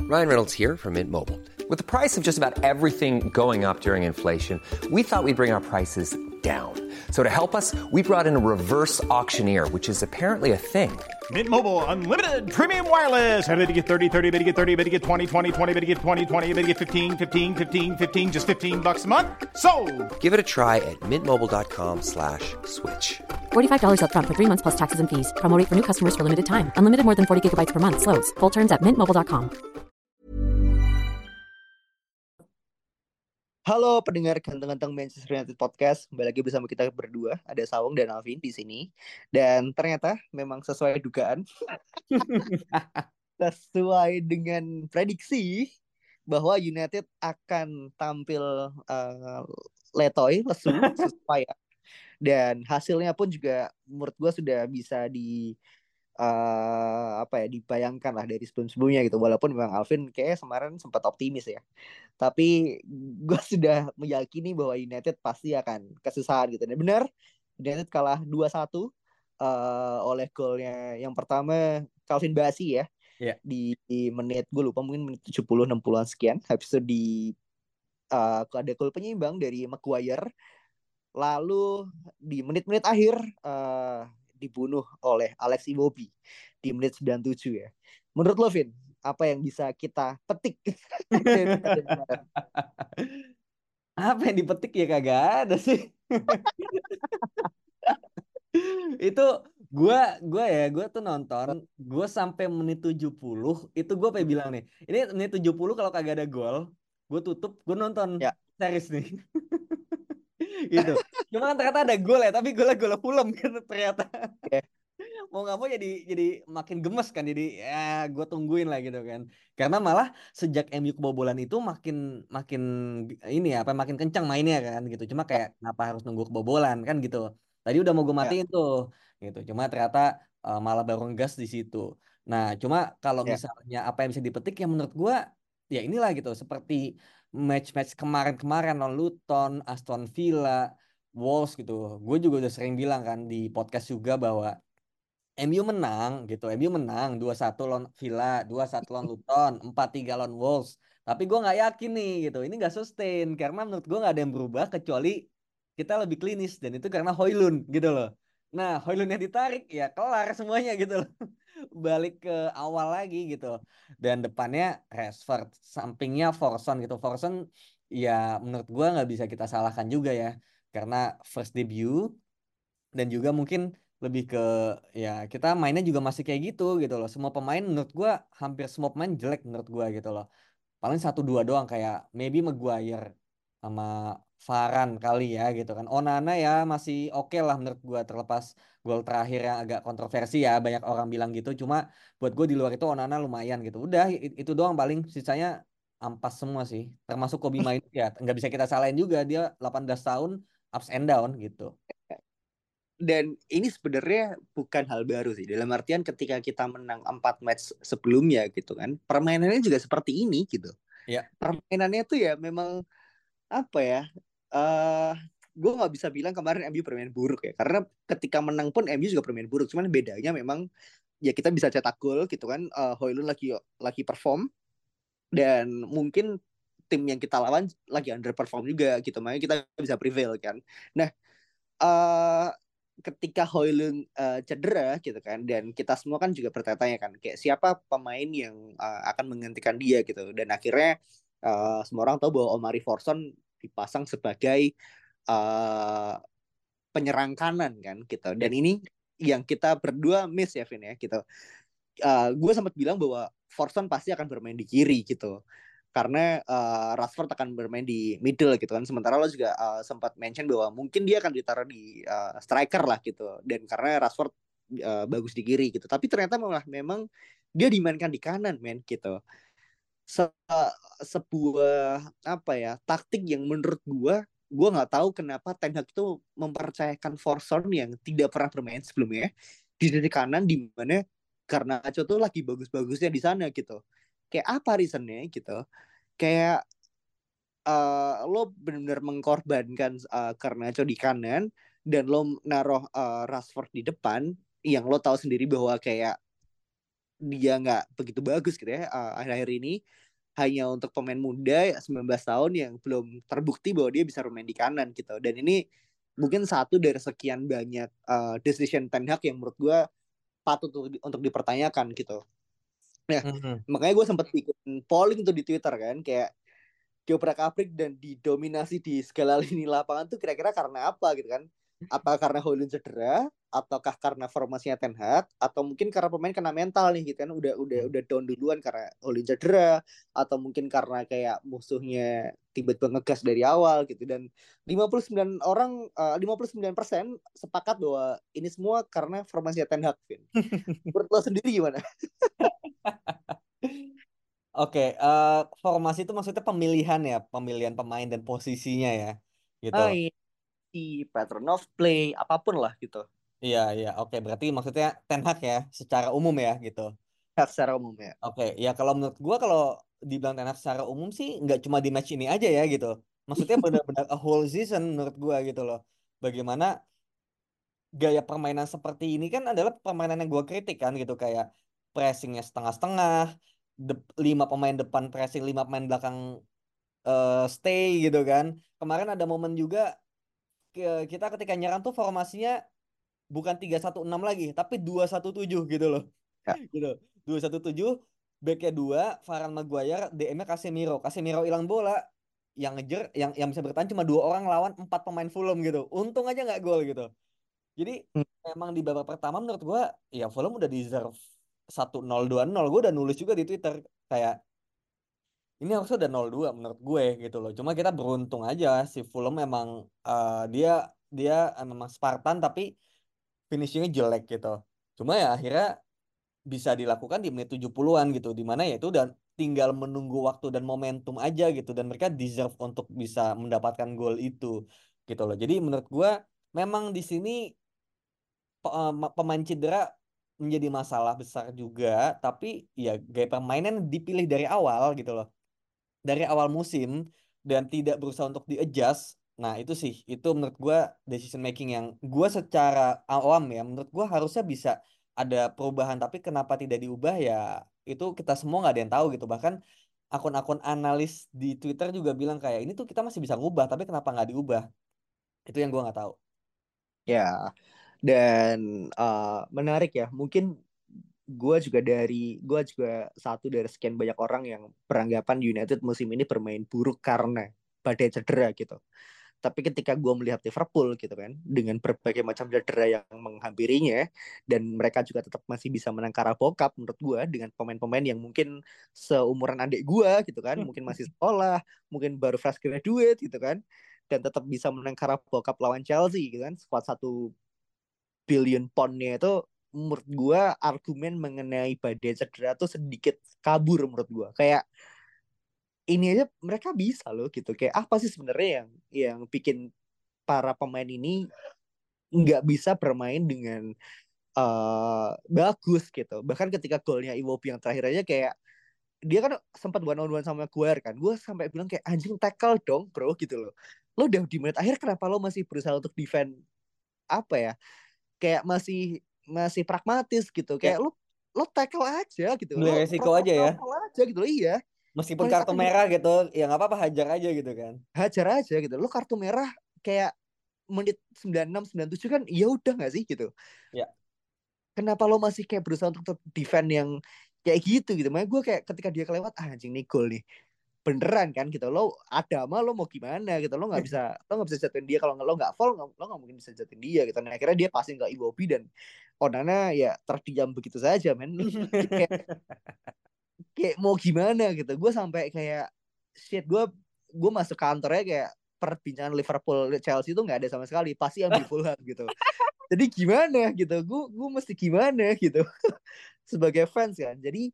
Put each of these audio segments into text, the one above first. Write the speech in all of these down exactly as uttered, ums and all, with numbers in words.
Ryan Reynolds here from Mint Mobile. With the price of just about everything going up during inflation, we thought we'd bring our prices down. So to help us, we brought in a reverse auctioneer, which is apparently a thing. Mint Mobile Unlimited Premium Wireless. How to get thirty, thirty, how to get thirty, how to get twenty, twenty, twenty, how to get twenty, twenty, how to get fifteen, fifteen, fifteen, fifteen, just fifteen bucks a month? Sold! Give it a try at mintmobile.com slash switch. forty-five dollars up front for three months plus taxes and fees. Promo rate for new customers for limited time. Unlimited more than forty gigabytes per month. Slows full terms at mint mobile dot com. Halo pendengar ganteng-ganteng Manchester United Podcast, kembali lagi bersama kita berdua, ada Sawung dan Alvin di sini. Dan ternyata memang sesuai dugaan, sesuai dengan prediksi bahwa United akan tampil uh, letoy, lesu, sesuai ya. Dan hasilnya pun juga menurut gue sudah bisa di uh, apa ya dibayangkan lah dari sebelum-sebelumnya gitu. Walaupun memang Alvin kayak kemarin sempat optimis ya. Tapi gue sudah meyakini bahwa United pasti akan kesusahan gitu. Dan benar, United kalah dua satu uh, oleh golnya yang pertama Calvin Bassey ya. Yeah. Di, di menit, gue lupa mungkin menit tujuh puluh enam puluhan sekian. Habis itu di uh, ada gol penyeimbang dari Maguire. Lalu di menit-menit akhir uh, dibunuh oleh Alex Iwobi di menit sembilan puluh tujuh ya. Menurut lo, Vin, apa yang bisa kita petik? Apa yang dipetik ya kagak ada sih. Itu gue gue ya gue tuh nonton gue sampai menit tujuh puluh itu gue pengen bilang nih ini menit tujuh puluh kalau kagak ada gol gue tutup gue nonton ya. Series nih. Gitu. Cuma kan ternyata ada gol ya, tapi golnya gol Fulham kan ternyata. Okay. Mau nggak mau jadi jadi makin gemes kan, jadi ya gue tungguin lah gitu kan. Karena malah sejak M U kebobolan itu makin makin ini ya, apa makin kencang mainnya kan gitu. Cuma kayak kenapa harus nunggu kebobolan kan gitu. Tadi udah mau gue matiin yeah. tuh gitu. Cuma ternyata uh, malah baru ngegas di situ. Nah, cuma kalau yeah. misalnya apa yang bisa dipetik ya menurut gue ya inilah gitu, seperti match-match kemarin-kemarin non Luton, Aston Villa, Wolves gitu. Gue juga udah sering bilang kan di podcast juga bahwa M U menang gitu. M U menang dua satu lawan Villa, dua satu lawan Luton, empat tiga lawan Wolves. Tapi gue gak yakin nih gitu. Ini gak sustain karena menurut gue gak ada yang berubah kecuali kita lebih klinis. Dan itu karena Højlund gitu loh. Nah Højlundnya ditarik ya kelar semuanya gitu loh. Balik ke awal lagi gitu. Dan depannya Rashford, sampingnya Forson gitu. Forson ya menurut gue gak bisa kita salahkan juga ya. Karena first debut. Dan juga mungkin lebih ke ya kita mainnya juga masih kayak gitu gitu loh. Semua pemain menurut gue hampir semua pemain jelek menurut gue gitu loh. Paling satu dua doang kayak maybe Maguire sama Varane kali ya gitu kan. Onana ya masih oke okay lah menurut gue, terlepas gol terakhir yang agak kontroversi ya, banyak orang bilang gitu. Cuma buat gue di luar itu Onana lumayan gitu. Udah itu doang, paling sisanya ampas semua sih. Termasuk Kobe main ya nggak bisa kita salahin juga, dia delapan belas tahun ups and down gitu. Dan ini sebenarnya bukan hal baru sih. Dalam artian ketika kita menang empat match sebelumnya gitu kan, permainannya juga seperti ini gitu. Ya. Permainannya tuh ya memang apa ya? Uh, gue nggak bisa bilang kemarin M U bermain buruk ya. Karena ketika menang pun M U juga bermain buruk. Cuman bedanya memang ya kita bisa cetak gol gitu kan. Uh, Højlund lagi lagi perform dan mungkin tim yang kita lawan lagi underperform juga gitu. Makanya kita bisa prevail kan. Nah. Uh, ketika Højlund uh, cedera gitu kan, dan kita semua kan juga bertanya-tanya kan kayak siapa pemain yang uh, akan menggantikan dia gitu, dan akhirnya uh, semua orang tahu bahwa Omari Forson dipasang sebagai uh, penyerang kanan kan gitu. Dan ini yang kita berdua miss ya Vin ya gitu. Uh, gue sempat bilang bahwa Forson pasti akan bermain di kiri gitu. Karena uh, Rashford akan bermain di middle gitu kan. Sementara lo juga uh, sempat mention bahwa mungkin dia akan ditaruh di uh, striker lah gitu. Dan karena Rashford uh, bagus di kiri gitu. Tapi ternyata malah memang dia dimainkan di kanan men gitu. Se- sebuah apa ya taktik yang menurut gue, gue nggak tahu kenapa Ten Hag itu mempercayakan Forson yang tidak pernah bermain sebelumnya di sisi kanan, di mana Garnacho tuh lagi bagus-bagusnya di sana gitu. Kayak apa reasonnya gitu, kayak uh, lo benar-benar mengkorbankan uh, Garnacho di kanan dan lo naruh uh, Rashford di depan, yang lo tahu sendiri bahwa kayak dia nggak begitu bagus gitu ya uh, akhir-akhir ini, hanya untuk pemain muda ya sembilan belas tahun yang belum terbukti bahwa dia bisa bermain di kanan gitu. Dan ini mungkin satu dari sekian banyak uh, decision Ten Hag yang menurut gue patut untuk, untuk dipertanyakan gitu. Nah, mm-hmm. makanya gue sempat bikin polling tuh di Twitter kan, kayak diobrak-abrik dan didominasi di segala lini lapangan tuh kira-kira karena apa gitu kan. Apa karena Holland cedera, ataukah karena formasinya Ten Hag, atau mungkin karena pemain kena mental nih gitu kan, udah udah udah down duluan karena Holland cedera, atau mungkin karena kayak musuhnya tiba-tiba ngegas dari awal gitu. Dan lima puluh sembilan orang uh, lima puluh sembilan persen sepakat bahwa ini semua karena formasinya Ten Hag, Vin. Menurut lo sendiri gimana? Oke, uh, formasi itu maksudnya pemilihan ya, pemilihan pemain dan posisinya ya, gitu. Ah, iya. Pattern of play, apapun lah gitu. Iya, iya. Oke, berarti maksudnya Ten Hag ya, secara umum ya, gitu. Hak secara umum ya. Oke, ya kalau menurut gua kalau dibilang Ten Hag secara umum sih nggak cuma di match ini aja ya, gitu. Maksudnya benar-benar a whole season menurut gua gitu loh. Bagaimana gaya permainan seperti ini kan adalah permainan yang gua kritik kan gitu, kayak pressingnya setengah-setengah, de- lima pemain depan pressing, lima pemain belakang eh, stay gitu kan. Kemarin ada momen juga ke- kita ketika nyerang tuh formasinya bukan tiga satu enam lagi, tapi dua satu tujuh gitu loh. Ya. Gitu. dua satu tujuh, backnya dua, Varane Maguire, D M-nya Casemiro. Casemiro hilang bola, yang ngejer, yang yang bisa bertahan cuma dua orang lawan empat pemain Fulham gitu. Untung aja nggak gol gitu. Jadi Hmm. memang di babak pertama menurut gua ya Fulham udah deserve satu nol dua nol. Gue udah nulis juga di Twitter kayak ini harusnya udah nol dua menurut gue gitu loh. Cuma kita beruntung aja si Fulham memang eh, dia dia eh, memang Spartan tapi finishingnya jelek gitu. Cuma ya akhirnya bisa dilakukan di menit tujuh puluhan-an gitu. Di mana ya itu udah tinggal menunggu waktu dan momentum aja gitu. Dan mereka deserve untuk bisa mendapatkan gol itu gitu loh. Jadi menurut gue memang di sini pe- eh, pemain cedera menjadi masalah besar juga. Tapi ya gaya permainan dipilih dari awal gitu loh. Dari awal musim dan tidak berusaha untuk di-adjust. Nah, itu sih, itu menurut gue decision making yang gue secara awam ya, menurut gue harusnya bisa ada perubahan, tapi kenapa tidak diubah ya, itu kita semua nggak ada yang tahu gitu. Bahkan akun-akun analis di Twitter juga bilang kayak ini tuh kita masih bisa ngubah, tapi kenapa nggak diubah? Itu yang gue nggak tahu. Ya, dan uh, menarik ya. Mungkin gue juga dari gue juga satu dari sekian banyak orang yang beranggapan United musim ini bermain buruk karena badai cedera gitu. Tapi ketika gue melihat Liverpool gitu kan, dengan berbagai macam cedera yang menghampirinya, dan mereka juga tetap masih bisa menang Carabao Cup menurut gue, dengan pemain-pemain yang mungkin seumuran adik gue gitu kan, mungkin masih sekolah, mungkin baru fresh graduate gitu kan, dan tetap bisa menang Carabao Cup lawan Chelsea gitu kan, squad satu billion poundnya itu, menurut gue argumen mengenai badai cedera tuh sedikit kabur menurut gue. Kayak ini aja mereka bisa loh gitu. Kayak apa sih sebenarnya yang yang bikin para pemain ini nggak bisa bermain dengan uh, bagus gitu. Bahkan ketika golnya Iwobi yang terakhir aja kayak dia kan sempat one on one sama Maguire kan. Gue sampai bilang kayak anjing tackle dong bro gitu loh. Lo udah di menit akhir kenapa lo masih berusaha untuk defend apa ya? Kayak masih masih pragmatis gitu. Kayak Ya, lo lo tackle aja gitu. beli Lo resiko aja ya. proporsional aja gitu loh. Iya. Meskipun Kalau kartu misalkan merah gitu, ya nggak apa-apa hajar aja gitu kan. hajar aja gitu. Lo kartu merah kayak menit sembilan puluh enam sembilan puluh tujuh kan ya udah nggak sih gitu. Ya. Kenapa lo masih kayak berusaha untuk defend yang kayak gitu gitu. Makanya gue kayak ketika dia kelewat ah, anjing nih gol nih. Beneran kan gitu. Lo ada mah lo mau gimana gitu. Lo nggak bisa lo nggak bisa jatuhin dia kalau lo nggak fall lo nggak mungkin bisa jatuhin dia gitu. Nah, akhirnya dia passing ke Iwobi dan Onana ya terdiam begitu saja men. kayak, kayak mau gimana gitu. Gue sampai kayak shit gue gue masuk kantornya kayak perbincangan Liverpool Chelsea itu nggak ada sama sekali. Pasti ambil Fulham gitu. Jadi gimana gitu. Gue gue mesti gimana gitu. Sebagai fans kan. Jadi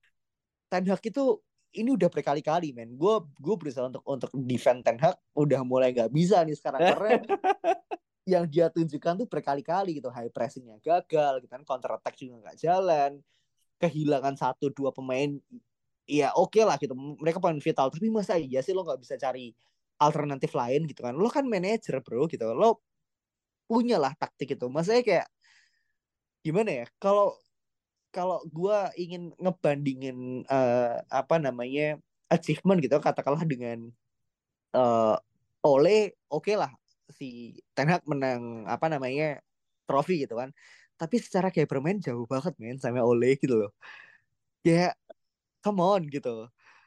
Ten Hag itu ini udah berkali-kali men. Gue gue berusaha untuk untuk defend Ten Hag udah mulai nggak bisa nih sekarang karena yang dia tunjukkan tuh berkali-kali gitu, high pressingnya gagal gitu kan, counter attack juga nggak jalan, kehilangan satu dua pemain ya oke okay lah gitu, mereka pemain vital, tapi masa iya sih lo nggak bisa cari alternatif lain gitu kan, lo kan manajer bro gitu, lo punya lah taktik itu, maksudnya kayak gimana ya, kalau kalau gue ingin ngebandingin uh, apa namanya achievement gitu katakanlah dengan uh, Ole, oke okay lah si Ten Hag menang apa namanya trofi gitu kan. Tapi secara kayak bermain jauh banget men sama Ole gitu loh. Ya come on gitu.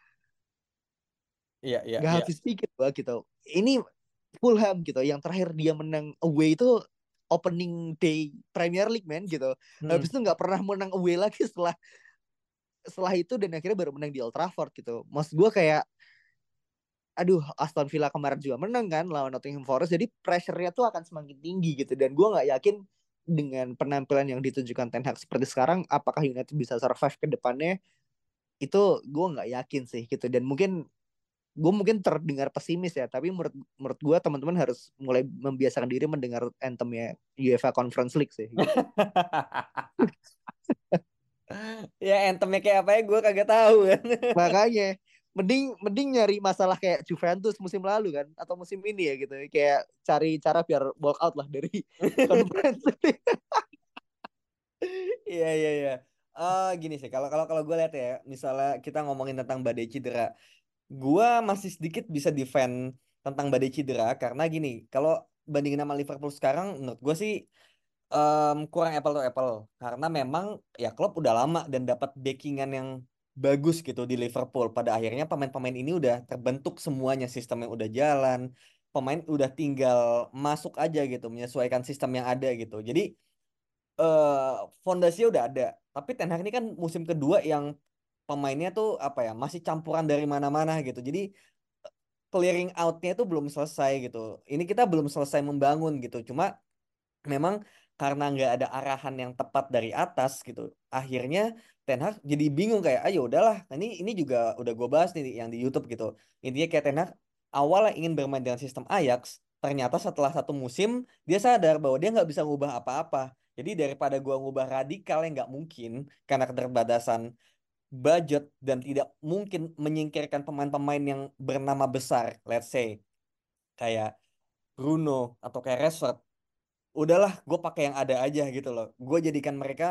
Iya, iya, Nggak iya. habis pikir gua gitu. Ini Fulham gitu yang terakhir dia menang away itu opening day Premier League man gitu. Hmm. Habis itu nggak pernah menang away lagi setelah setelah itu dan akhirnya baru menang di Old Trafford gitu. Maksud gue kayak aduh Aston Villa kemarin juga menang kan lawan Nottingham Forest jadi pressure-nya tuh akan semakin tinggi gitu dan gue nggak yakin dengan penampilan yang ditunjukkan Ten Hag seperti sekarang apakah United bisa survive ke depannya itu gue nggak yakin sih gitu dan mungkin gue mungkin terdengar pesimis ya tapi menurut menurut gue teman-teman harus mulai membiasakan diri mendengar anthemnya UEFA Conference League sih gitu. Ya anthemnya kayak apa ya gue kagak tahu kan. Makanya mending mending nyari masalah kayak Juventus musim lalu kan atau musim ini ya gitu kayak cari cara biar walk out lah dari Conference League. Iya, iya, iya. Eh gini sih, kalau kalau kalau gue lihat ya, misalnya kita ngomongin tentang badai cedera, gue masih sedikit bisa defend tentang badai cedera karena gini, kalau bandingin sama Liverpool sekarang, menurut gue sih em, kurang apple to apple karena memang ya Klopp udah lama dan dapat backingan yang bagus gitu di Liverpool. Pada akhirnya pemain-pemain ini udah terbentuk semuanya, sistemnya udah jalan, pemain udah tinggal masuk aja gitu, menyesuaikan sistem yang ada gitu. Jadi eh fondasinya udah ada. Tapi Ten Hag ini kan musim kedua yang pemainnya tuh apa ya masih campuran dari mana-mana gitu. Jadi clearing outnya itu belum selesai gitu. Ini kita belum selesai membangun gitu. Cuma memang karena nggak ada arahan yang tepat dari atas gitu. Akhirnya Ten Hag jadi bingung kayak, ayo udahlah. Ini ini juga udah gue bahas nih yang di YouTube gitu. Intinya kayak Ten Hag awalnya ingin bermain dengan sistem Ajax, ternyata setelah satu musim dia sadar bahwa dia nggak bisa ngubah apa-apa. Jadi daripada gua ngubah radikal yang nggak mungkin karena keterbatasan budget dan tidak mungkin menyingkirkan pemain-pemain yang bernama besar, let's say kayak Bruno atau kayak Rashford, udahlah gue pakai yang ada aja gitu loh. Gue jadikan mereka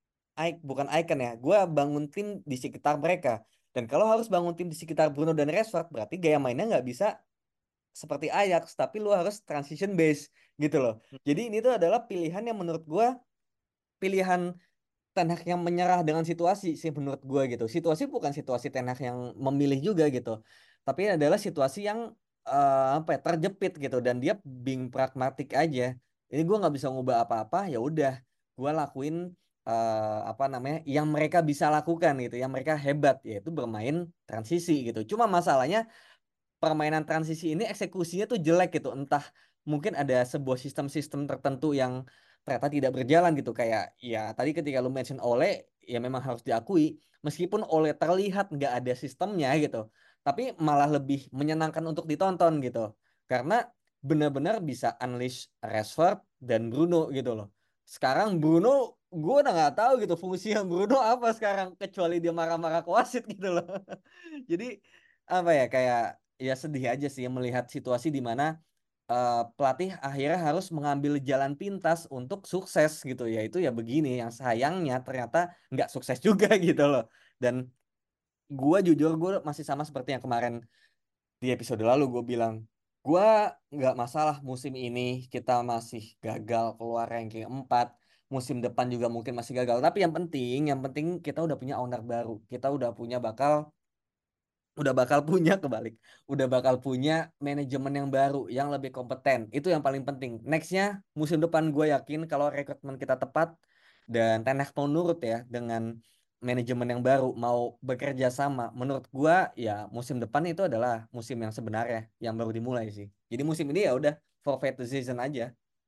ik- bukan icon ya, gue bangun tim di sekitar mereka. Dan kalau harus bangun tim di sekitar Bruno dan Rashford, berarti gaya mainnya nggak bisa seperti Ajax, tapi lu harus transition base gitu loh. Jadi ini tuh adalah pilihan yang menurut gue pilihan Ten Hag yang menyerah dengan situasi sih menurut gue gitu. Situasi bukan situasi Ten Hag yang memilih juga gitu. Tapi adalah situasi yang eh, apa ya, terjepit gitu dan dia being pragmatik aja. Ini gue nggak bisa ngubah apa-apa, ya udah gue lakuin eh, apa namanya yang mereka bisa lakukan gitu, yang mereka hebat yaitu bermain transisi gitu. Cuma masalahnya permainan transisi ini eksekusinya tuh jelek gitu. Entah mungkin ada sebuah sistem-sistem tertentu yang ternyata tidak berjalan gitu. Kayak ya tadi ketika lu mention Ole, ya memang harus diakui. Meskipun Ole terlihat nggak ada sistemnya gitu. Tapi malah lebih menyenangkan untuk ditonton gitu. Karena benar-benar bisa unleash Rashford dan Bruno gitu loh. Sekarang Bruno, gue udah nggak tahu gitu fungsinya Bruno apa sekarang. Kecuali dia marah-marah ke wasit gitu loh. Jadi apa ya kayak ya sedih aja sih melihat situasi di mana eh, pelatih akhirnya harus mengambil jalan pintas untuk sukses gitu ya itu ya begini yang sayangnya ternyata nggak sukses juga gitu loh dan gua jujur gue masih sama seperti yang kemarin di episode lalu gue bilang gua nggak masalah musim ini kita masih gagal keluar ranking empat musim depan juga mungkin masih gagal tapi yang penting yang penting kita udah punya owner baru kita udah punya bakal udah bakal punya kebalik udah bakal punya manajemen yang baru yang lebih kompeten itu yang paling penting nextnya musim depan gue yakin kalau rekrutmen kita tepat dan Ten Hag mau nurut ya dengan manajemen yang baru mau bekerja sama menurut gue ya musim depan itu adalah musim yang sebenarnya yang baru dimulai sih jadi musim ini ya udah forfeit the season aja.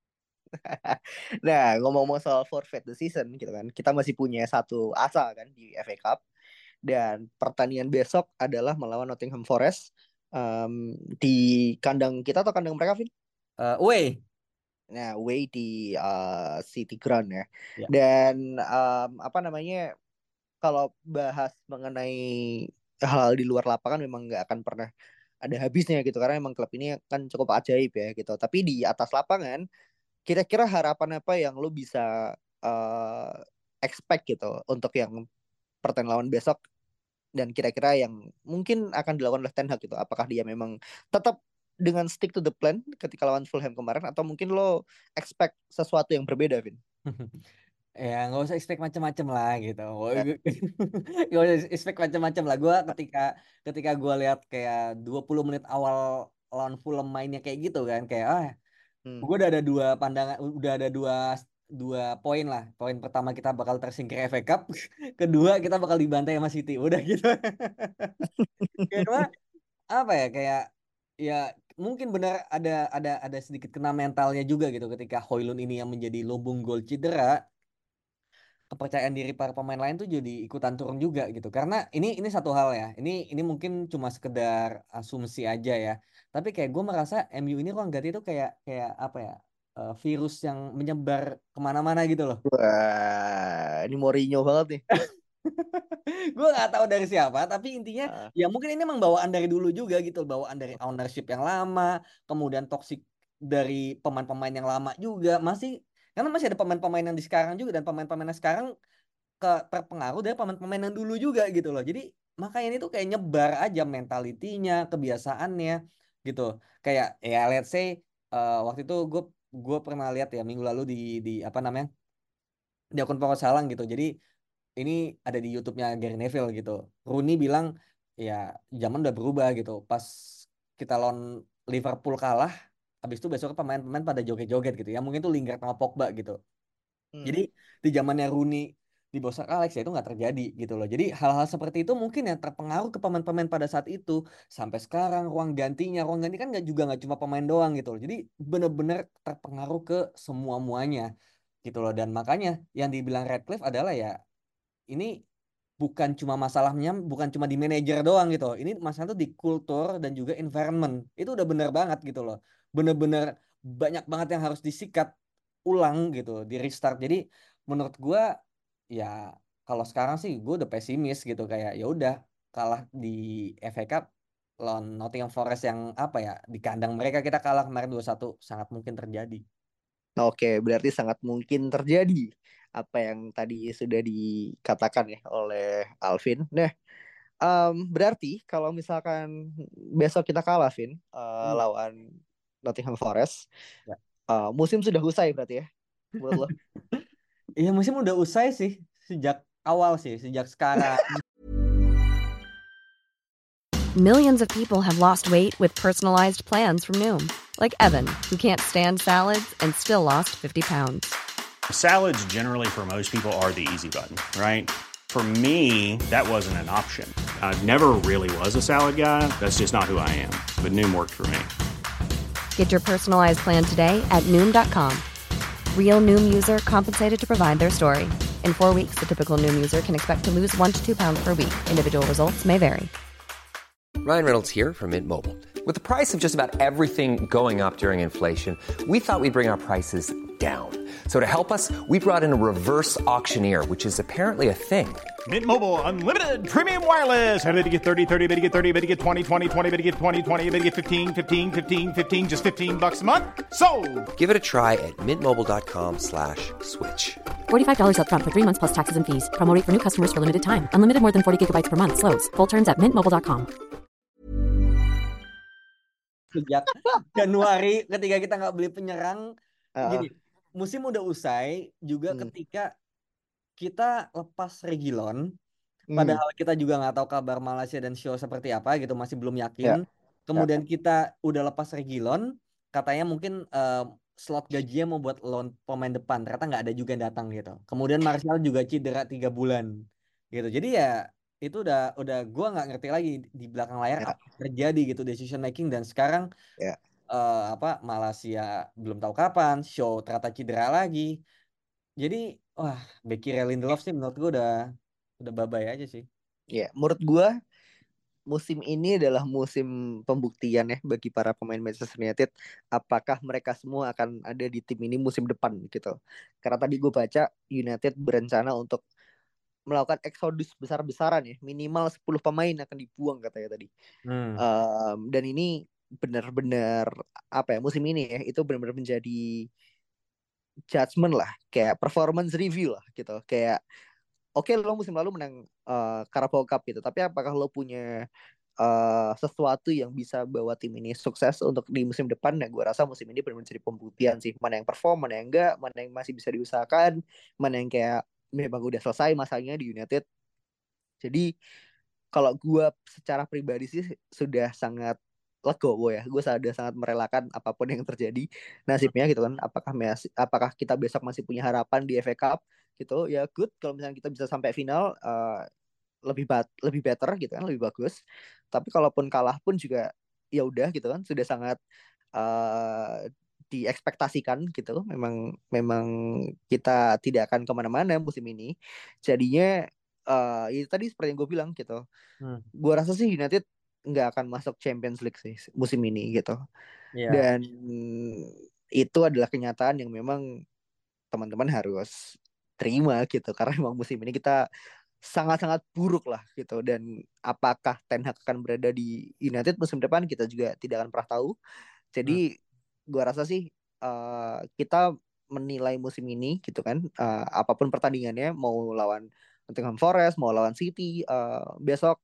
Nah, ngomong-ngomong soal forfeit the season gitu kan. Kita masih punya satu asa kan di F A Cup dan pertandingan besok adalah melawan Nottingham Forest em, di kandang kita atau kandang mereka, Vin? uh, Wei Nah, away di uh, City Ground ya. ya. Dan em, apa namanya? Kalau bahas mengenai hal di luar lapangan memang nggak akan pernah ada habisnya gitu karena emang klub ini kan cukup ajaib ya gitu. Tapi di atas lapangan kira-kira harapan apa yang lo bisa uh, expect gitu untuk yang pertandingan lawan besok, dan kira-kira yang mungkin akan dilakukan oleh Ten Hag gitu. Apakah dia memang tetap dengan stick to the plan ketika lawan Fulham kemarin, atau mungkin lo expect sesuatu yang berbeda, Vin? Ya nggak usah expect macam-macam lah gitu. Ya. Nggak usah expect macam-macam lah. Gue ketika ketika gue lihat kayak dua puluh menit awal lawan Fulham mainnya kayak gitu kan, kayak ah Hmm. gue udah ada dua pandangan, udah ada dua dua poin lah. Poin pertama kita bakal tersingkir F A Cup, kedua kita bakal dibantai sama City. Udah gitu. Karena apa ya, kayak ya mungkin benar ada ada ada sedikit kena mentalnya juga gitu ketika Højlund ini yang menjadi lumbung gol cedera, kepercayaan diri para pemain lain tuh jadi ikutan turun juga gitu. Karena ini ini satu hal ya. Ini ini mungkin cuma sekedar asumsi aja ya. Tapi kayak gue merasa M U ini ruang ganti itu kayak kayak apa ya? eh, virus yang menyebar kemana-mana gitu loh. Wah, ini Mourinho banget nih. Gue nggak tahu dari siapa, tapi intinya Uh, ya mungkin ini memang bawaan dari dulu juga gitu, bawaan dari ownership yang lama, kemudian toxic dari pemain-pemain yang lama juga masih, karena masih ada pemain-pemain yang di sekarang juga, dan pemain-pemain yang sekarang ke terpengaruh dari pemain-pemain yang dulu juga gitu loh. Jadi makanya ini tuh kayak nyebar aja mentalitinya, kebiasaannya gitu. Kayak ya let's say eh, waktu itu gue gue pernah lihat ya minggu lalu di di apa namanya, di akun Pokok Salang gitu. Jadi ini ada di YouTube-nya Gary Neville gitu. Rooney bilang ya zaman udah berubah gitu. Pas kita lawan Liverpool kalah, habis itu besok pemain-pemain pada joget-joget gitu ya. Mungkin tuh Lingard sama Pogba gitu. hmm. Jadi di zamannya Rooney di bawah Sir Alex ya itu nggak terjadi gitu loh. Jadi hal-hal seperti itu mungkin yang terpengaruh ke pemain-pemain pada saat itu. Sampai sekarang ruang gantinya, ruang ganti kan nggak juga nggak cuma pemain doang gitu loh. Jadi bener-bener terpengaruh ke semua muanya gitu loh. Dan makanya yang dibilang Radcliffe adalah ya ini bukan cuma masalahnya, bukan cuma di manajer doang gitu. Ini masalah tuh di kultur dan juga environment. Itu udah bener banget gitu loh. Bener-bener banyak banget yang harus disikat ulang gitu, di restart. Jadi menurut gua ya kalau sekarang sih gue udah pesimis gitu, kayak ya udah kalah di F A Cup lawan Nottingham Forest yang apa ya, di kandang mereka kita kalah kemarin dua satu, sangat mungkin terjadi. Oke, berarti sangat mungkin terjadi apa yang tadi sudah dikatakan ya oleh Alvin. Nah, um, berarti kalau misalkan besok kita kalah, Vin, uh, Hmm. lawan Nottingham Forest, Ya. uh, musim sudah usai berarti ya, menurut lo? Iya musim udah usai sih sejak awal sih, sejak sekarang. Millions of people have lost weight with personalized plans from Noom, like Evan, who can't stand salads and still lost fifty pounds. Salads generally for most people are the easy button, right? For me, that wasn't an option. I never really was a salad guy. That's just not who I am. But Noom worked for me. Get your personalized plan today at Noom dot com. Real Noom user compensated to provide their story. In four weeks, the typical Noom user can expect to lose one to two pounds per week. Individual results may vary. Ryan Reynolds here from Mint Mobile. With the price of just about everything going up during inflation, we thought we'd bring our prices down. So to help us, we brought in a reverse auctioneer, which is apparently a thing. Mint Mobile Unlimited Premium Wireless. How to get thirty, thirty, how to get thirty, how to get twenty, twenty, twenty, how to get twenty, twenty, how to get fifteen, fifteen, fifteen, fifteen, just fifteen bucks a month? Sold! Give it a try at mintmobile.com slash switch. forty-five dollars up front for three months plus taxes and fees. Promo rate for new customers for limited time. Unlimited more than forty gigabytes per month. Slows full terms at mint mobile dot com. Sejak Januari ketika kita nggak beli penyerang, Uh, gini, musim udah usai juga hmm. ketika kita lepas Reguilon, Hmm. padahal kita juga nggak tahu kabar Malaysia dan Shaw seperti apa gitu, masih belum yakin. Ya. Kemudian kita udah lepas Reguilon, katanya mungkin eh, slot gajinya mau buat loan pemain depan, ternyata nggak ada juga yang datang gitu. Kemudian Martial juga cedera tiga bulan gitu. Jadi ya itu udah udah gue nggak ngerti lagi di belakang layar Ya. apa yang terjadi gitu, decision making. Dan sekarang Ya. eh, apa Malaysia belum tahu kapan, Shaw ternyata cedera lagi. Jadi wah, Beckham Lindelof sih menurut gue udah udah babai aja sih. Ya, menurut gua musim ini adalah musim pembuktian ya bagi para pemain Manchester United, apakah mereka semua akan ada di tim ini musim depan gitu. Karena tadi gue baca United berencana untuk melakukan eksodus besar-besaran ya, minimal sepuluh pemain akan dibuang katanya tadi. Hmm. Um, dan ini benar-benar apa ya, musim ini ya itu benar-benar menjadi judgement lah, kayak performance review lah gitu. Kayak oke okay, lo musim lalu menang uh, Carabao Cup gitu, tapi apakah lo punya uh, sesuatu yang bisa bawa tim ini sukses untuk di musim depan? Nah, gue rasa musim ini benar-benar jadi pembuktian sih, mana yang perform, mana yang enggak, mana yang masih bisa diusahakan, mana yang kayak memang udah selesai masanya di United. Jadi kalau gue secara pribadi sih sudah sangat legowo ya, gue sudah sangat merelakan apapun yang terjadi nasibnya gitu kan. Apakah masih, apakah kita besok masih punya harapan di F A Cup gitu ya, good kalau misalnya kita bisa sampai final, uh, lebih bat, lebih better gitu kan, lebih bagus. Tapi kalaupun kalah pun juga ya udah gitu kan, sudah sangat uh, diekspektasikan gitu. Memang memang kita tidak akan kemana-mana musim ini. Jadinya uh, itu tadi seperti yang gue bilang gitu. Hmm. Gue rasa sih United nggak akan masuk Champions League sih musim ini gitu. Yeah. Dan itu adalah kenyataan yang memang teman-teman harus terima gitu, karena memang musim ini kita sangat-sangat buruk lah gitu. Dan apakah Ten Hag akan berada di United musim depan kita juga tidak akan pernah tahu. Jadi hmm. gue rasa sih uh, kita menilai musim ini gitu kan, uh, apapun pertandingannya, mau lawan Nottingham Forest, mau lawan City uh, besok,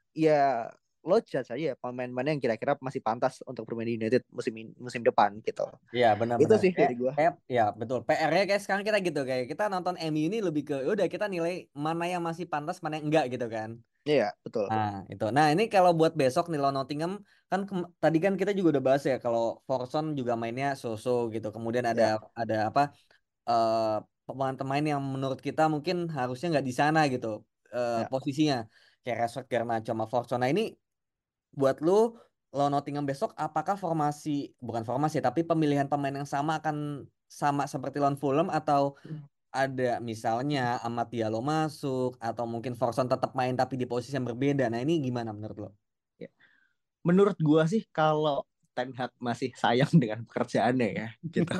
ya lo judge aja pemain-pemain yang kira-kira masih pantas untuk bermain di United musim musim depan gitu. Iya benar-benar. Itu sih dari gue. Ya betul. P R-nya kayak sekarang kita gitu, kayak kita nonton M U ini lebih ke udah kita nilai mana yang masih pantas, mana yang enggak gitu kan. Iya betul. Nah itu. Nah ini kalau buat besok nih lawan Nottingham kan ke- tadi kan kita juga udah bahas ya kalau Forson juga mainnya so-so gitu. Kemudian ada ya. ada apa uh, pemain-pemain yang menurut kita mungkin harusnya nggak di sana gitu uh, ya. posisinya kayak Rashford, Garnacho sama Forson. Nah ini buat lu lo Nottingham besok apakah formasi bukan formasi tapi pemilihan pemain yang sama akan sama seperti lawan Fulham, atau ada misalnya Amad Diallo masuk atau mungkin Forson tetap main tapi di posisi yang berbeda? Nah ini gimana menurut lo? Ya. Menurut gua sih kalau Ten Hag masih sayang dengan pekerjaannya ya gitu.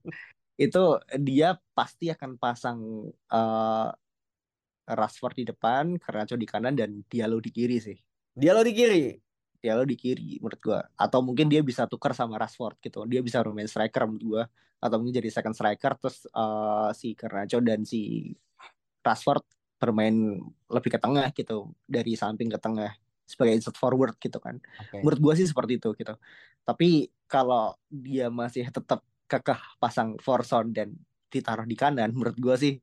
Itu dia pasti akan pasang uh, Rashford di depan, Garnacho di kanan, dan Diallo di kiri sih. Diallo di kiri? Diallo di kiri menurut gua. Atau mungkin dia bisa tukar sama Rashford gitu. Dia bisa bermain striker menurut gua. Atau mungkin jadi second striker, terus uh, si Garnacho dan si Rashford bermain lebih ke tengah gitu. Dari samping ke tengah. Sebagai insert forward gitu kan. Okay. Menurut gua sih seperti itu gitu. Tapi kalau dia masih tetap kekeh pasang Forson dan ditaruh di kanan, menurut gua sih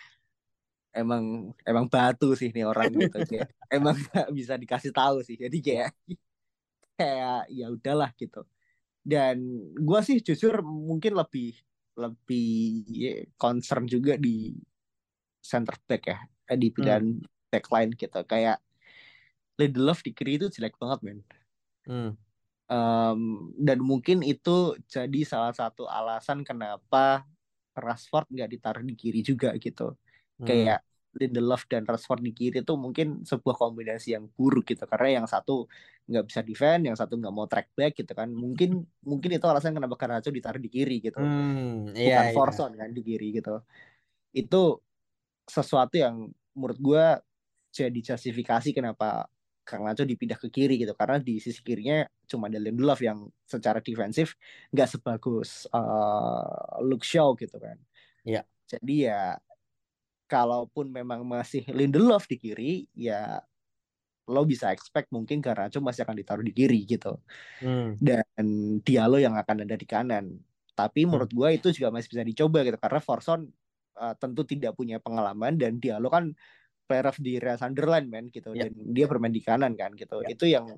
emang emang batu sih nih orang gitu. Kayak emang gak bisa dikasih tahu sih. Jadi kayak kayak ya udahlah gitu. Dan gue sih jujur mungkin lebih lebih concern juga di center back ya, di pilihan hmm. backline gitu. Kayak Lindelof di kiri itu jelek banget men. Hmm. Um, dan mungkin itu jadi salah satu alasan kenapa Rashford nggak ditaruh di kiri juga gitu. Hmm. Kayak Lindelof dan Rashford di kiri itu mungkin sebuah kombinasi yang buruk gitu, karena yang satu nggak bisa defend, yang satu nggak mau track back gitu kan. Mungkin mungkin itu alasan kenapa Garnacho ditaruh di kiri gitu. Hmm, iya, bukan iya. Forson kan di kiri gitu. Itu sesuatu yang menurut gue jadi justifikasi kenapa Garnacho dipindah ke kiri gitu, karena di sisi kirinya cuma ada Lindelof yang secara defensif nggak sebagus uh, Luke Shaw gitu kan. Iya. Jadi ya kalaupun memang masih Lindelof di kiri, ya lo bisa expect mungkin Garnacho masih akan ditaruh di kiri gitu. Hmm. Dan Diallo yang akan ada di kanan. Tapi menurut gue itu juga masih bisa dicoba gitu, karena Forson uh, tentu tidak punya pengalaman, dan Diallo kan player of the Real Sunderland man gitu, yeah. Dan dia bermain di kanan kan gitu. Yeah. Itu yang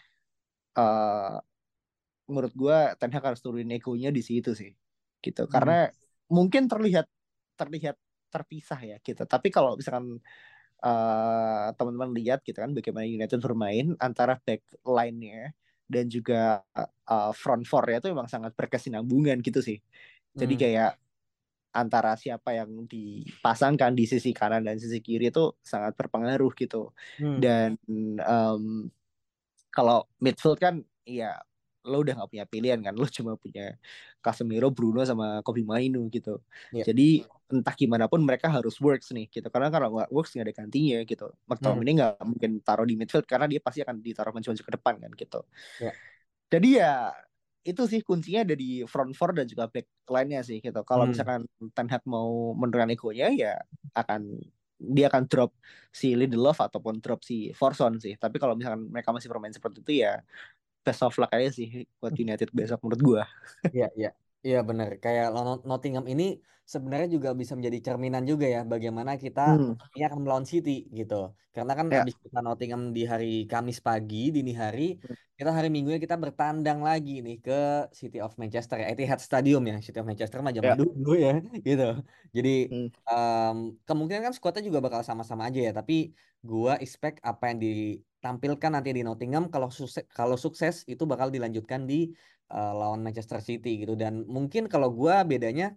uh, menurut gue Ten Hag harus turunin egonya di situ sih gitu. Hmm. Karena mungkin terlihat terlihat terpisah ya gitu. Tapi kalau misalkan uh, teman-teman lihat gitu kan bagaimana United bermain antara back line-nya dan juga uh, front four-nya itu memang sangat berkesinambungan gitu sih. Jadi hmm. kayak antara siapa yang dipasangkan di sisi kanan dan sisi kiri itu sangat berpengaruh gitu. Hmm. Dan um, kalau midfield kan ya lo udah gak punya pilihan kan, lo cuma punya Casemiro, Bruno, sama Kobbie Mainoo gitu. Yeah. Jadi entah gimana pun mereka harus works nih gitu, karena kalau nggak works nggak ada gantinya gitu. McTominay hmm. nggak mungkin taruh di midfield karena dia pasti akan ditaruh maju-maju ke depan kan gitu. Yeah. Jadi ya itu sih kuncinya ada di front four dan juga back line-nya sih gitu. Kalau Hmm. misalkan Ten Hag mau menurunkan egonya ya akan dia akan drop si Lindelof ataupun drop si Forson sih. Tapi kalau misalkan mereka masih bermain seperti itu ya best of luck aja sih buat United besok menurut gua. Iya, iya. Iya benar. Kayak Lo- Nottingham ini sebenarnya juga bisa menjadi cerminan juga ya bagaimana kita Hmm. ini akan melawan City gitu. Karena kan Ya. abis kita Nottingham di hari Kamis pagi, dini hari, kita hari Minggunya kita bertandang lagi nih ke City of Manchester ya, Etihad Stadium ya. City of Manchester mah zaman Ya. dulu ya gitu. Jadi Hmm. em, kemungkinan kan skuadnya juga bakal sama-sama aja ya, tapi gua expect apa yang ditampilkan nanti di Nottingham kalau sukses kalau sukses itu bakal dilanjutkan di uh, lawan Manchester City gitu. Dan mungkin kalau gue bedanya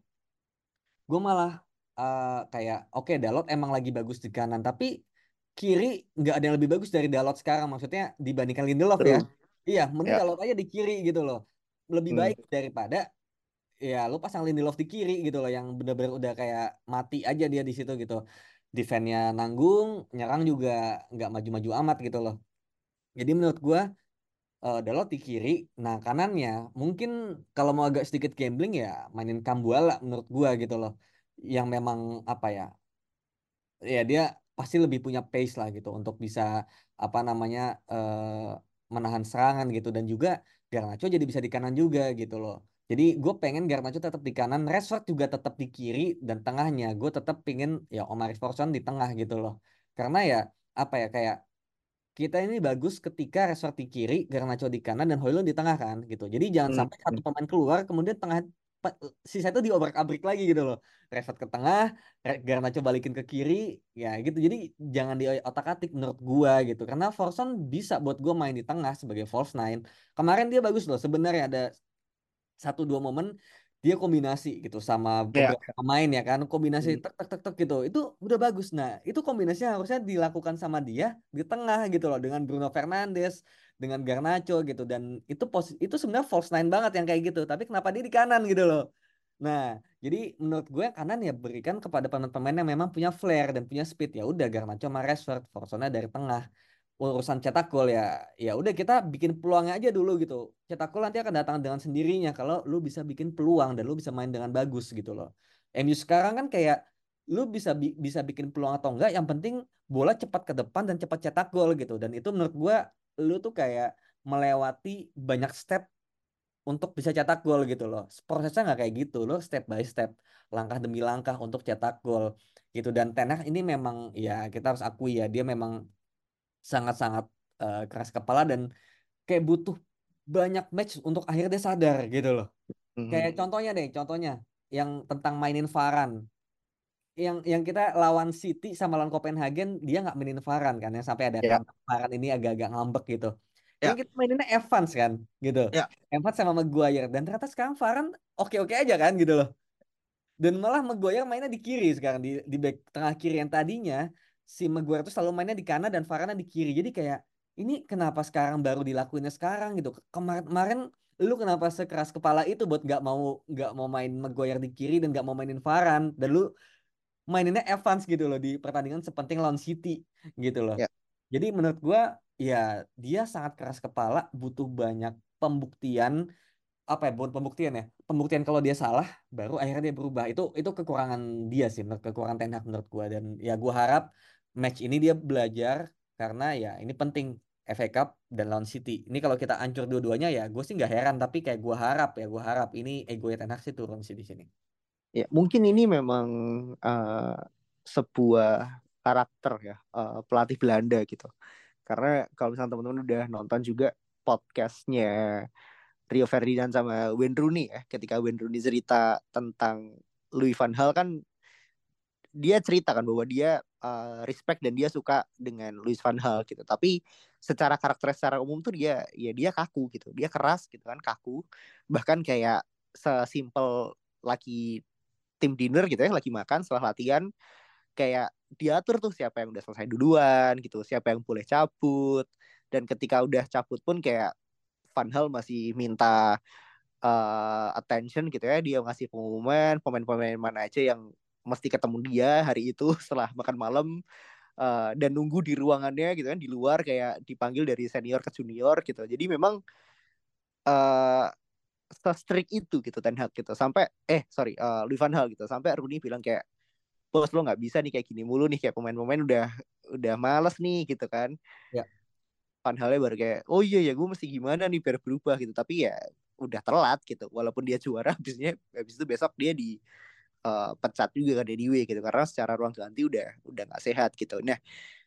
gue malah uh, kayak oke Dalot emang lagi bagus di kanan tapi kiri nggak ada yang lebih bagus dari Dalot sekarang, maksudnya dibandingkan Lindelof ya. True. Iya, mending Ya. Dalot aja di kiri gitu loh, lebih Hmm. baik daripada ya lu pasang Lindelof di kiri gitu loh yang bener-bener udah kayak mati aja dia di situ gitu. Defense-nya nanggung, nyerang juga nggak maju-maju amat gitu loh. Jadi menurut gue eh Dalot di kiri, nah kanannya mungkin kalau mau agak sedikit gambling ya mainin Kambuala menurut gua gitu loh, yang memang apa ya, ya dia pasti lebih punya pace lah gitu untuk bisa apa namanya eh, menahan serangan gitu, dan juga Garnacho jadi bisa di kanan juga gitu loh. Jadi gue pengen Garnacho tetap di kanan, Rashford juga tetap di kiri, dan tengahnya gue tetap pingin ya Omar Forson di tengah gitu loh. Karena ya apa ya kayak kita ini bagus ketika Rashford di kiri, Garnacho di kanan, dan Højlund di tengah kan gitu. Jadi jangan Hmm. sampai satu pemain keluar, kemudian tengah pe- sisa itu diobrak-abrik lagi gitu loh. Rashford ke tengah, Re- Garnacho balikin ke kiri, ya gitu. Jadi jangan di otak-atik menurut gua gitu. Karena Forson bisa buat gua main di tengah sebagai false nine. Kemarin dia bagus loh. Sebenarnya ada satu dua momen dia kombinasi gitu sama Ya. beberapa pemain ya kan, kombinasi Hmm. tek tek tek tek gitu itu udah bagus. Nah itu kombinasinya harusnya dilakukan sama dia di tengah gitu loh dengan Bruno Fernandes, dengan Garnacho gitu, dan itu posi itu sebenarnya false nine banget yang kayak gitu, tapi kenapa dia di kanan gitu loh. Nah jadi menurut gue yang kanan ya berikan kepada pemain-pemain yang memang punya flair dan punya speed, ya udah Garnacho sama Rashford, Forsonnya dari tengah. Urusan cetak gol ya ya udah kita bikin peluangnya aja dulu gitu. Cetak gol nanti akan datang dengan sendirinya kalau lu bisa bikin peluang dan lu bisa main dengan bagus gitu loh. M U sekarang kan kayak lu bisa bi- bisa bikin peluang atau enggak, yang penting bola cepat ke depan dan cepat cetak gol gitu, dan itu menurut gua lu tuh kayak melewati banyak step untuk bisa cetak gol gitu loh. Prosesnya nggak kayak gitu, lo step by step, langkah demi langkah untuk cetak gol gitu. Dan Ten Hag ini memang ya kita harus akui ya dia memang sangat-sangat eh, keras kepala dan kayak butuh banyak match untuk akhirnya dia sadar gitu loh. Hmm. Kayak contohnya deh, contohnya yang tentang mainin Varane. Yang yang kita lawan City sama lawan Copenhagen dia nggak mainin Varane kan, yang sampai ada Ya. kata Varane ini agak-agak ngambek gitu. Yang Ya. kita maininnya Evans kan gitu. Ya. Evans sama Maguire, dan ternyata sekarang Varane oke-oke aja kan gitu loh. Dan malah Maguire mainnya di kiri sekarang, di di back tengah kiri, yang tadinya si Maguire tuh selalu mainnya di kanan dan Varane di kiri. Jadi kayak ini kenapa sekarang baru dilakuinnya sekarang gitu. Kemarin-kemarin lu kenapa sekeras kepala itu buat nggak mau nggak mau main Maguire di kiri dan nggak mau mainin Varane, dan lu maininnya Evans gitu loh di pertandingan sepenting lawan City gitu loh. Ya. Jadi menurut gua ya dia sangat keras kepala, butuh banyak pembuktian, apa ya, bukan pembuktian ya, pembuktian kalau dia salah baru akhirnya dia berubah. Itu itu kekurangan dia sih, menurut kekurangan Ten Hag menurut gua. Dan ya gua harap match ini dia belajar, karena ya ini penting, F A Cup dan lawan City ini kalau kita hancur dua-duanya ya gue sih nggak heran, tapi kayak gua harap ya gua harap ini ego Ten Hag sih turun sih di sini. Ya, mungkin ini memang uh, sebuah karakter ya uh, pelatih Belanda gitu. Karena kalau misalnya teman-teman udah nonton juga podcastnya Rio Ferdinand sama Wayne Rooney ya, ketika Wayne Rooney cerita tentang Louis van Gaal kan dia cerita kan bahwa dia uh, respect dan dia suka dengan Louis van Gaal gitu. Tapi secara karakter secara umum tuh dia ya dia kaku gitu. Dia keras gitu kan, kaku. Bahkan kayak sesimpel lagi tim dinner gitu ya, lagi makan setelah latihan, kayak diatur tuh siapa yang udah selesai duluan gitu, siapa yang boleh cabut, dan ketika udah cabut pun kayak Van Hal masih minta uh, attention gitu ya, dia ngasih pengumuman pemain-pemain mana aja yang mesti ketemu dia hari itu setelah makan malam, uh, dan nunggu di ruangannya gitu kan, di luar kayak dipanggil dari senior ke junior gitu. Jadi memang uh, se-strict itu gitu Ten Hag gitu. Sampai eh sorry uh, Louis van Gaal gitu. Sampai Rooney bilang kayak, bos lo nggak bisa nih kayak gini mulu nih, kayak pemain-pemain udah udah males nih gitu kan. Ya. Van Halnya baru kayak, oh iya ya gue mesti gimana nih biar berubah gitu. Tapi ya udah telat gitu. Walaupun dia juara, habisnya habis itu besok dia di uh, pecat juga kan anyway gitu, karena secara ruang ganti udah udah nggak sehat gitu. Nah,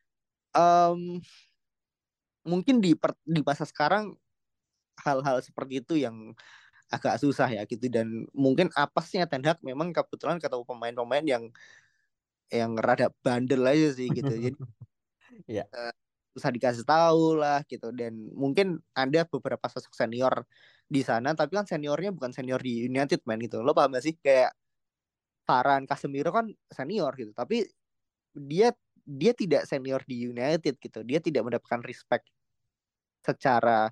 um, mungkin di per, di masa sekarang hal-hal seperti itu yang agak susah ya gitu, dan mungkin apesnya Ten Hag memang kebetulan ketemu pemain-pemain yang yang rada bandel aja sih gitu. Jadi ya. uh, susah dikasih tahu lah gitu, dan mungkin ada beberapa sosok senior di sana tapi kan seniornya bukan senior di United man gitu. Lo paham gak sih, kayak Varane, Casemiro kan senior gitu, tapi dia dia tidak senior di United gitu. Dia tidak mendapatkan respect secara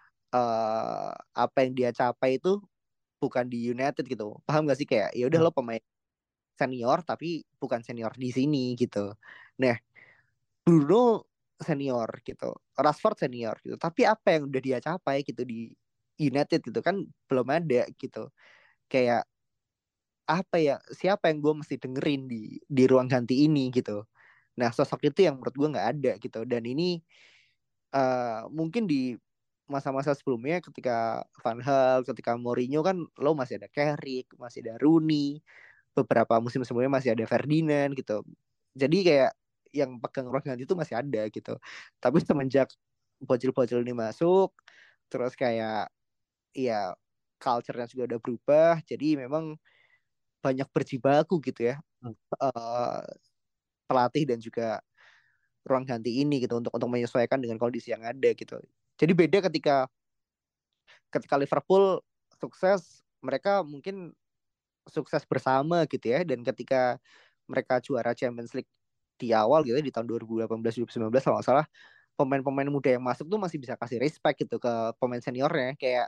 uh, apa yang dia capai itu bukan di United gitu. Paham gak sih, kayak ya udah Hmm. lo pemain senior tapi bukan senior di sini gitu. Nah, Bruno senior gitu, Rashford senior gitu. Tapi apa yang udah dia capai gitu di United gitu kan belum ada gitu. Kayak apa ya, siapa yang gue mesti dengerin di di ruang ganti ini gitu. Nah, sosok itu yang menurut gue nggak ada gitu. Dan ini uh, mungkin di masa-masa sebelumnya ketika Van Gaal, ketika Mourinho kan lo masih ada Carrick, masih ada Rooney, beberapa musim sebelumnya masih ada Ferdinand gitu. Jadi kayak yang pegang ruang ganti itu masih ada gitu. Tapi semenjak bocil-bocil ini masuk, terus kayak ya culture-nya juga udah berubah, jadi memang banyak berjibaku gitu ya. Hmm. Uh, pelatih dan juga ruang ganti ini gitu untuk untuk menyesuaikan dengan kondisi yang ada gitu. Jadi beda ketika ketika Liverpool sukses, mereka mungkin sukses bersama gitu ya, dan ketika mereka juara Champions League di awal gitu ya, di tahun dua ribu delapan belas dua ribu sembilan belas kalau nggak salah, pemain-pemain muda yang masuk tuh masih bisa kasih respect gitu ke pemain seniornya, kayak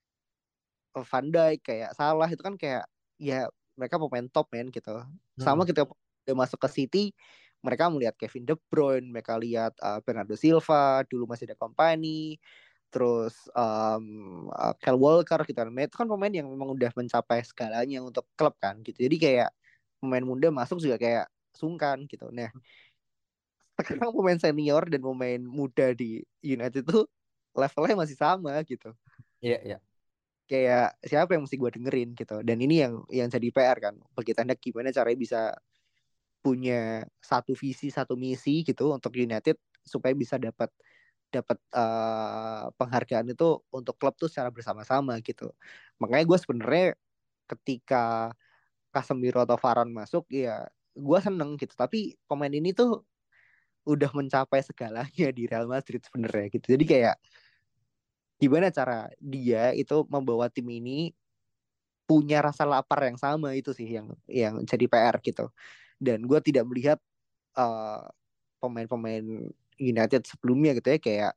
Van Dijk, kayak Salah itu kan kayak ya mereka pemain top men gitu. Sama Hmm. ketika dia masuk ke City, mereka melihat Kevin De Bruyne, mereka lihat uh, Bernardo Silva, dulu masih ada Kompany, terus um, uh, Kyle Walker gitu kan. Itu kan pemain yang memang udah mencapai segalanya untuk klub kan gitu. Jadi kayak pemain muda masuk juga kayak sungkan gitu. Nah, sekarang pemain senior dan pemain muda di United itu levelnya masih sama gitu. Iya, iya. Kayak siapa yang mesti gue dengerin gitu. Dan ini yang yang jadi P R kan bagi Tanda, gimana caranya bisa punya satu visi satu misi gitu untuk United supaya bisa dapat dapat uh, penghargaan itu untuk klub tuh secara bersama-sama gitu. Makanya gue sebenarnya ketika Casemiro atau Varane masuk ya gue seneng gitu, tapi pemain ini tuh udah mencapai segalanya di Real Madrid sebenarnya gitu. Jadi kayak gimana cara dia itu membawa tim ini punya rasa lapar yang sama, itu sih yang yang jadi P R gitu. Dan gue tidak melihat uh, pemain-pemain United sebelumnya gitu ya, kayak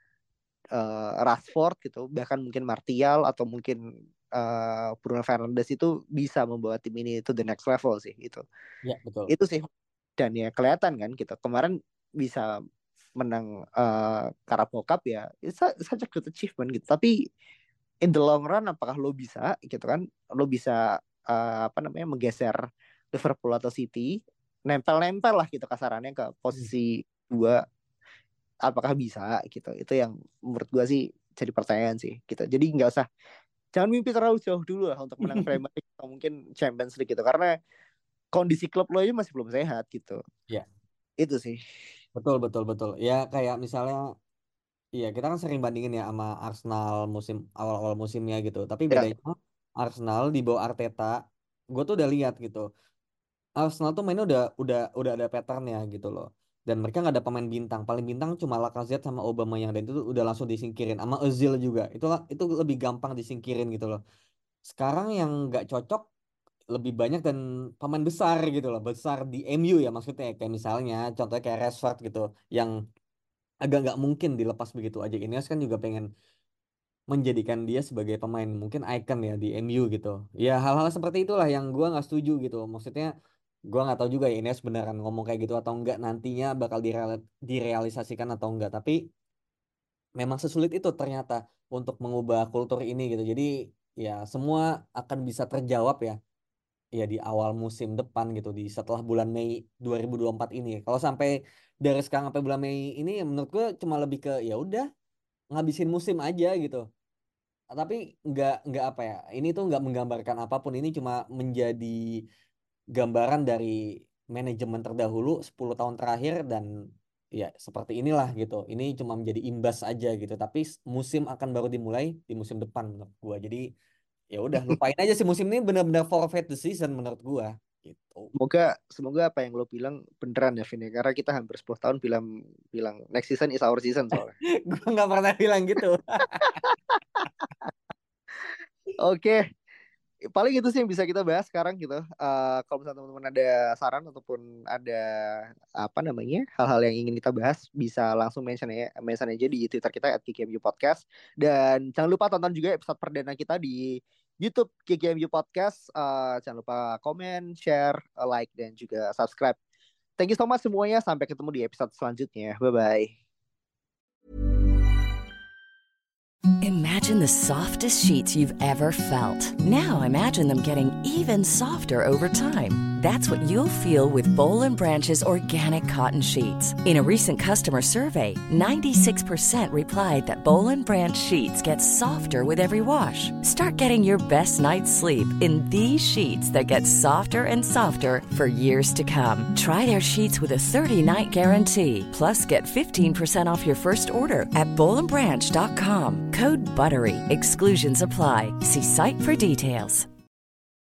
uh, Rashford gitu, bahkan mungkin Martial atau mungkin uh, Bruno Fernandes itu bisa membawa tim ini to the next level sih itu. Ya, betul. Itu sih, dan ya kelihatan kan gitu kemarin bisa menang uh, Carabao Cup ya, it's such a good achievement gitu. Tapi in the long run apakah lo bisa gitu kan, lo bisa uh, apa namanya menggeser Liverpool atau City, nempel-nempel lah gitu kasarannya ke Hmm. posisi dua, apakah bisa gitu. Itu yang menurut gua sih jadi pertanyaan sih gitu. Jadi nggak usah, jangan mimpi terlalu jauh dulu lah untuk menang Premier League atau mungkin Champions League gitu, karena kondisi klub lo aja masih belum sehat gitu. Ya, Itu sih. betul, betul, betul. Ya, kayak misalnya, iya, kita kan sering bandingin ya sama Arsenal musim awal-awal musimnya gitu. Tapi Ya. bedanya Arsenal di bawah Arteta, gue tuh udah lihat gitu. Arsenal tuh mainnya udah udah udah ada patternnya gitu loh. Dan mereka nggak ada pemain bintang. Paling bintang cuma Lacazette sama Aubameyang, dan itu tuh udah langsung disingkirin. Sama Özil juga. Itu itu lebih gampang disingkirin gitu loh. Sekarang yang nggak cocok lebih banyak dan pemain besar gitu loh. Besar di M U ya maksudnya. Kayak misalnya contohnya kayak Rashford gitu, yang agak nggak mungkin dilepas begitu aja. Ineos kan juga pengen menjadikan dia sebagai pemain mungkin icon ya di M U gitu. Ya hal-hal seperti itulah yang gua nggak setuju gitu. Maksudnya gua nggak tahu juga ya Ines beneran ngomong kayak gitu atau enggak, nantinya bakal direal- direalisasikan atau enggak. Tapi memang sesulit itu ternyata untuk mengubah kultur ini gitu. Jadi ya semua akan bisa terjawab ya. Ya di awal musim depan gitu, di setelah bulan Mei dua ribu dua puluh empat ini. Kalau sampai dari sekarang sampai bulan Mei ini menurut gue cuma lebih ke ya udah ngabisin musim aja gitu. Tapi nggak nggak apa ya, ini tuh nggak menggambarkan apapun, ini cuma menjadi gambaran dari manajemen terdahulu sepuluh tahun terakhir dan ya seperti inilah gitu. Ini cuma menjadi imbas aja gitu, tapi musim akan baru dimulai di musim depan menurut gua. Jadi ya udah lupain aja sih musim ini, benar-benar forfeit the season menurut gua gitu. Semoga semoga apa yang lo bilang beneran ya Vin, karena kita hampir sepuluh tahun bilang bilang next season is our season soalnya. Gua nggak pernah bilang gitu. Oke, paling itu sih yang bisa kita bahas sekarang gitu. Uh, kalau misalnya teman-teman ada saran ataupun ada apa namanya hal-hal yang ingin kita bahas, bisa langsung mention ya, mention aja di Twitter kita at K K M U Podcast. Dan jangan lupa tonton juga episode perdana kita di YouTube K K M U Podcast. Uh, jangan lupa komen, share, like, dan juga subscribe. Thank you so much semuanya. Sampai ketemu di episode selanjutnya. Bye-bye. Imagine the softest sheets you've ever felt. Now imagine them getting even softer over time. That's what you'll feel with Boll and Branch's organic cotton sheets. In a recent customer survey, ninety-six percent replied that Boll and Branch sheets get softer with every wash. Start getting your best night's sleep in these sheets that get softer and softer for years to come. Try their sheets with a thirty-night guarantee. Plus, get fifteen percent off your first order at boll and branch dot com. Code BUTTERY. Exclusions apply. See site for details.